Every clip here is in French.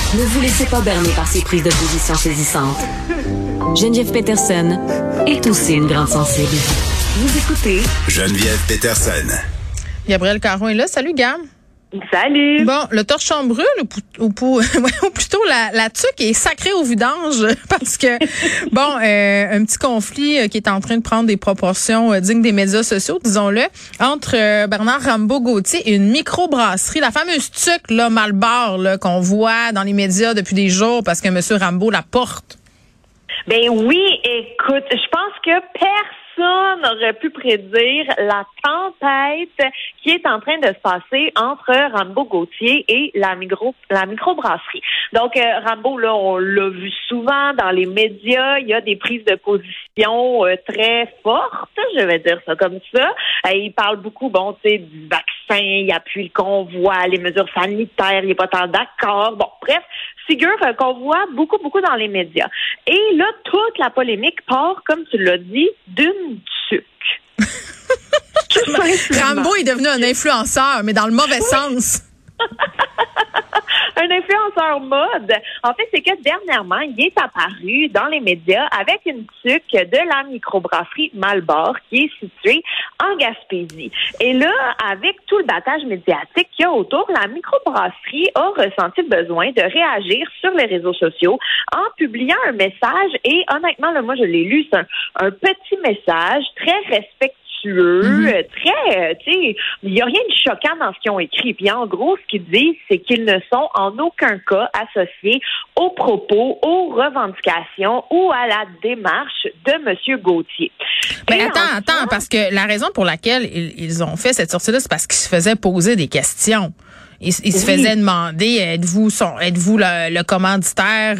Ne vous laissez pas berner par ces prises de position saisissantes. Geneviève Peterson est aussi une grande sensible. Vous écoutez Geneviève Peterson. Gabriel Caron est là. Salut, Gab. Salut! Bon, le torchon brûle ou plutôt la tuque est sacrée au vidange parce que, un petit conflit qui est en train de prendre des proportions dignes des médias sociaux, disons-le, entre Bernard Rambaud-Gauthier et une microbrasserie, la fameuse tuque, là, Malbord, là, qu'on voit dans les médias depuis des jours parce que M. Rambaud la porte. Ben oui, écoute, je pense que personne n'aurait pu prédire la tempête qui est en train de se passer entre Rambaud-Gauthier et la microbrasserie. Donc, Rambaud, là, on l'a vu souvent dans les médias, il y a des prises de position très fortes, je vais dire ça comme ça. Il parle beaucoup, tu sais, du vaccin, il appuie le convoi, les mesures sanitaires, il n'est pas tant d'accord. Bon, bref, figure qu'on voit beaucoup dans les médias. Et là, toute la polémique part, comme tu l'as dit, d'une tuque. Rambaud est devenu un influenceur, mais dans le mauvais sens. Un influenceur mode. En fait, c'est que dernièrement, il est apparu dans les médias avec une tuque de la microbrasserie Malbord qui est située en Gaspésie. Et là, avec tout le battage médiatique qu'il y a autour, la microbrasserie a ressenti le besoin de réagir sur les réseaux sociaux en publiant un message. Et honnêtement, là, moi, je l'ai lu, c'est un petit message très respectueux. Très, tu sais, il n'y a rien de choquant dans ce qu'ils ont écrit. Puis en gros, ce qu'ils disent, c'est qu'ils ne sont en aucun cas associés aux propos, aux revendications ou à la démarche de M. Gauthier. Mais attends, parce que la raison pour laquelle ils ont fait cette sortie-là, c'est parce qu'ils se faisaient poser des questions. Il se faisait demander, êtes-vous le commanditaire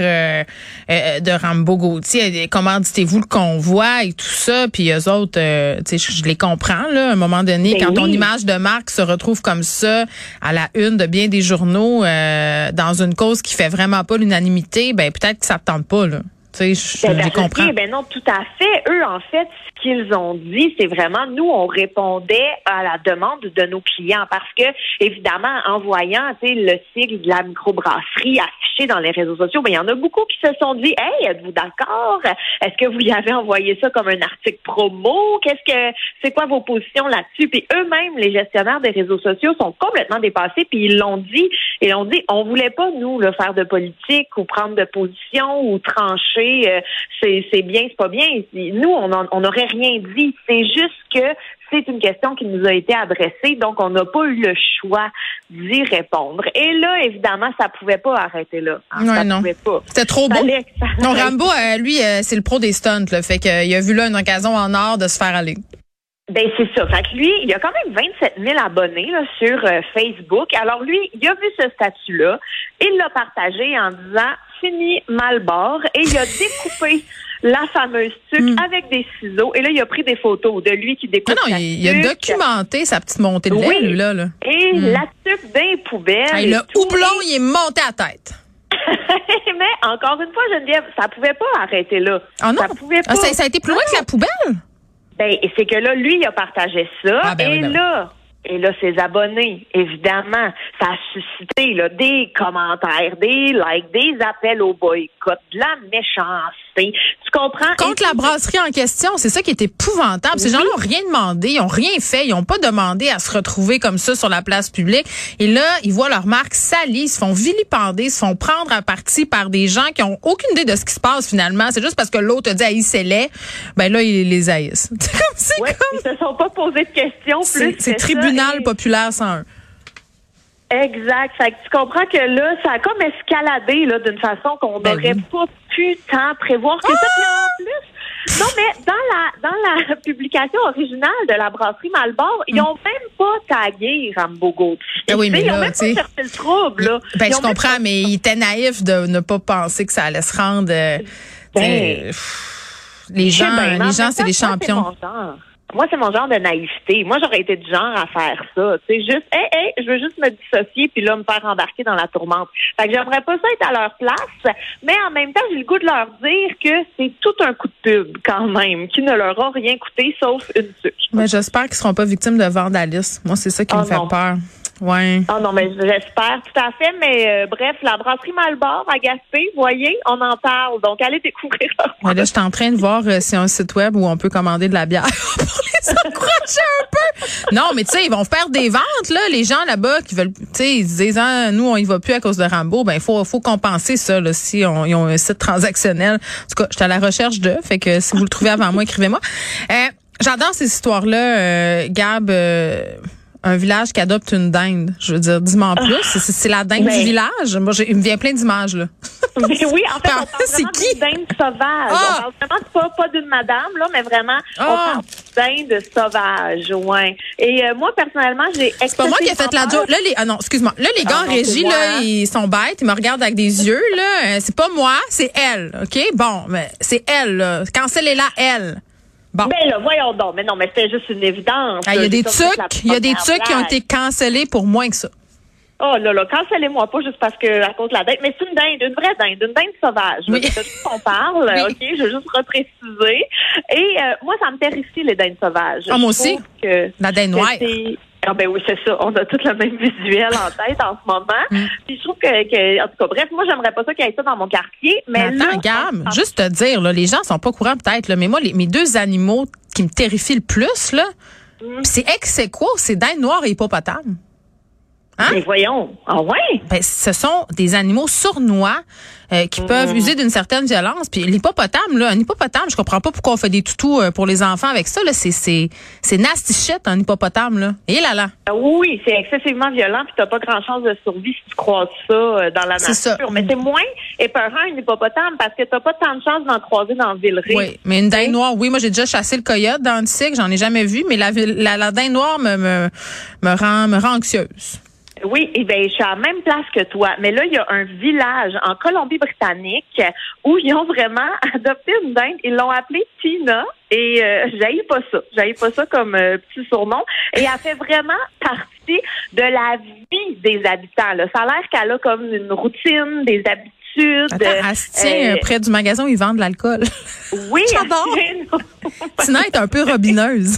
de Rambaud-Gauthier? Commanditez-vous le convoi et tout ça? Puis eux autres, tu sais, je les comprends, là, à un moment donné, quand ton image de marque se retrouve comme ça à la une de bien des journaux dans une cause qui fait vraiment pas l'unanimité, peut-être que ça te tente pas, là. Tu sais, je les comprends. Non, tout à fait. Eux, en fait, ce qu'ils ont dit, c'est vraiment, nous, on répondait à la demande de nos clients parce que, évidemment, en voyant, le sigle de la microbrasserie affiché dans les réseaux sociaux, il y en a beaucoup qui se sont dit, hey, êtes-vous d'accord? Est-ce que vous y avez envoyé ça comme un article promo? C'est quoi vos positions là-dessus? Puis eux-mêmes, les gestionnaires des réseaux sociaux sont complètement dépassés, puis ils l'ont dit, on voulait pas, nous, faire de politique ou prendre de position ou trancher. C'est bien, c'est pas bien. Nous, on n'aurait rien dit. C'est juste que c'est une question qui nous a été adressée, donc on n'a pas eu le choix d'y répondre. Et là, évidemment, ça pouvait pas arrêter là. Pouvait pas. C'était trop beau. Non, Rambaud, lui, c'est le pro des stunts, là. Fait qu'il a vu là une occasion en or de se faire aller. Ben c'est ça. Fait que lui, il a quand même 27 000 abonnés là, sur Facebook. Alors lui, il a vu ce statut-là, il l'a partagé en disant fini Malbord et il a découpé la fameuse tuque avec des ciseaux. Et là, il a pris des photos de lui qui découpe la tuque. Il a documenté sa petite montée de lait, lui, là. Et la tuque dans les poubelles. Le houblon, il est monté à tête. Mais encore une fois, Geneviève, ça pouvait pas arrêter là. Ah non? Ça pouvait pas. Ça a été plus loin que la poubelle? C'est que là, lui, il a partagé ça. Et là, ses abonnés, évidemment, ça a suscité des commentaires, des likes, des appels au boycott, de la méchanceté. Tu comprends? Contre la brasserie en question, c'est ça qui est épouvantable. Ces gens-là n'ont rien demandé, ils n'ont rien fait, ils n'ont pas demandé à se retrouver comme ça sur la place publique. Et là, ils voient leur marque salie, ils se font vilipender, se font prendre à partie par des gens qui ont aucune idée de ce qui se passe finalement. C'est juste parce que l'autre a dit haïssez-les, là, ils les haïssent. Ils se sont pas posé de questions plus. C'est tribunal populaire 101. Exact. Fait que tu comprends que là, ça a comme escaladé là, d'une façon qu'on n'aurait pas pu tant prévoir que ça. Puis en plus, non, mais dans la publication originale de la brasserie Malbord, ils ont même pas tagué Rambaud-Gauthier. Oui, mais ils ont là, même pas cherché le trouble. Là. Je comprends, mais il était naïf de ne pas penser que ça allait se rendre. Les gens, c'est des champions. Moi, c'est mon genre de naïveté. Moi, j'aurais été du genre à faire ça. Tu sais, juste, je veux juste me dissocier puis là, me faire embarquer dans la tourmente. Fait que j'aimerais pas ça être à leur place, mais en même temps, j'ai le goût de leur dire que c'est tout un coup de pub, quand même, qui ne leur a rien coûté, sauf une sucre. Mais j'espère qu'ils seront pas victimes de vandalisme. Moi, c'est ça qui me fait peur. Ouais. Oh non, mais j'espère tout à fait. Mais bref, la brasserie Malbord à Gaspé, voyez, on en parle. Donc, allez découvrir leur Ouais, là, je suis en train de voir si y a un site web où on peut commander de la bière pour les encourager un peu. Non, mais tu sais, ils vont faire des ventes, là. Les gens là-bas qui veulent, tu sais, ils se disent, ah, nous, on y va plus à cause de Rambo. Ben, il faut compenser ça, là, si ils ont un site transactionnel. En tout cas, j'étais à la recherche d'eux. Fait que si vous le trouvez avant moi, écrivez-moi. J'adore ces histoires-là, Gab. Un village qui adopte une dinde. Je veux dire, dis-moi en plus. C'est la dinde du village. Moi, il me vient plein d'images, là. Mais oui, en fait, on parle c'est vraiment qui? d'une dinde sauvage. On parle vraiment pas d'une madame, là, mais vraiment, on parle d'une dinde sauvage, ouais. Et moi, personnellement, j'ai C'est pas moi qui ai fait la joke. Là, excuse-moi. Là, les gars en régie, là, ils sont bêtes. Ils me regardent avec des yeux, là. C'est pas moi, c'est elle, OK? Bon, mais c'est elle, là. Cancellez-la, elle. Bon. Mais là, voyons donc. Mais non, mais c'était juste une évidence. Il y a des trucs qui ont été cancellés pour moins que ça. Oh là là, cancellez-moi pas juste parce que à cause de la dinde. Mais c'est une dinde, une vraie dinde, une dinde sauvage. Oui. C'est de ça qu'on parle, oui. OK? Je veux juste repréciser. Et moi, ça me terrifie, les dindes sauvages. moi aussi. La dinde noire. Ah ben oui, c'est ça. On a tout le même visuel en tête en ce moment. Puis je trouve que en tout cas, bref, moi, j'aimerais pas ça qu'il y ait ça dans mon quartier. Mais attends, Gab, juste te dire, là, les gens sont pas au courant peut-être, là, mais moi, mes deux animaux qui me terrifient le plus, là, c'est ex-aequo, c'est dinde noire et hippopotame. Hein? Mais voyons. Ah ouais? Ben, ce sont des animaux sournois qui peuvent user d'une certaine violence. Puis l'hippopotame, là, un hippopotame, je comprends pas pourquoi on fait des toutous pour les enfants avec ça. Là, c'est nasty shit, un hippopotame, là. Et là. Oui, c'est excessivement violent, puis t'as pas grand chance de survie si tu croises ça dans la nature. Ça. Mais c'est moins épeurant un hippopotame parce que t'as pas tant de chance d'en croiser dans le Villeray. Oui, mais une dinde noire, oui, moi j'ai déjà chassé le coyote dans le cycle, j'en ai jamais vu, mais la dinde noire me rend anxieuse. Oui, et ben je suis à la même place que toi. Mais là, il y a un village en Colombie-Britannique où ils ont vraiment adopté une dinde. Ils l'ont appelée Tina et j'haïs pas ça. J'haïs pas ça comme petit surnom. Et elle fait vraiment partie de la vie des habitants. Là. Ça a l'air qu'elle a comme une routine, des habitudes. Attends, elle se tient près du magasin où ils vendent de l'alcool. Oui. J'adore. Tina est un peu robineuse.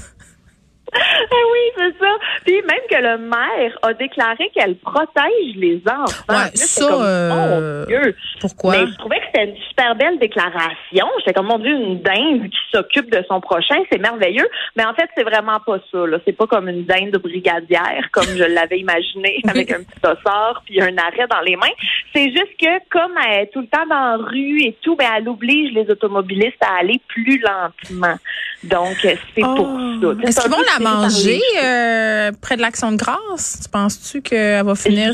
Oui, c'est ça. Puis même que le maire a déclaré qu'elle protège les enfants. Ouais, là, ça, mon Dieu. Pourquoi? Mais je trouvais que c'était une super belle déclaration. J'étais comme, mon Dieu, une dinde qui s'occupe de son prochain, c'est merveilleux. Mais en fait, c'est vraiment pas ça. Là. C'est pas comme une dinde brigadière, comme je l'avais imaginé, avec un petit ossard puis un arrêt dans les mains. C'est juste que, comme elle est tout le temps dans la rue et tout, ben, elle oblige les automobilistes à aller plus lentement. Donc, c'est pour ça. Est-ce qu'ils vont la manger près de l'Action de grâce? Tu penses-tu qu'elle va finir...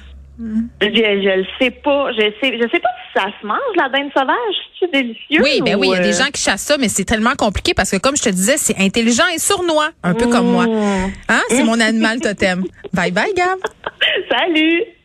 Je le sais pas. Je sais pas si ça se mange, la dinde sauvage. C'est délicieux. Oui, ben oui, il y a des gens qui chassent ça, mais c'est tellement compliqué parce que, comme je te disais, c'est intelligent et sournois, un peu comme moi. Hein? C'est mon animal totem. Bye bye, Gab. Salut.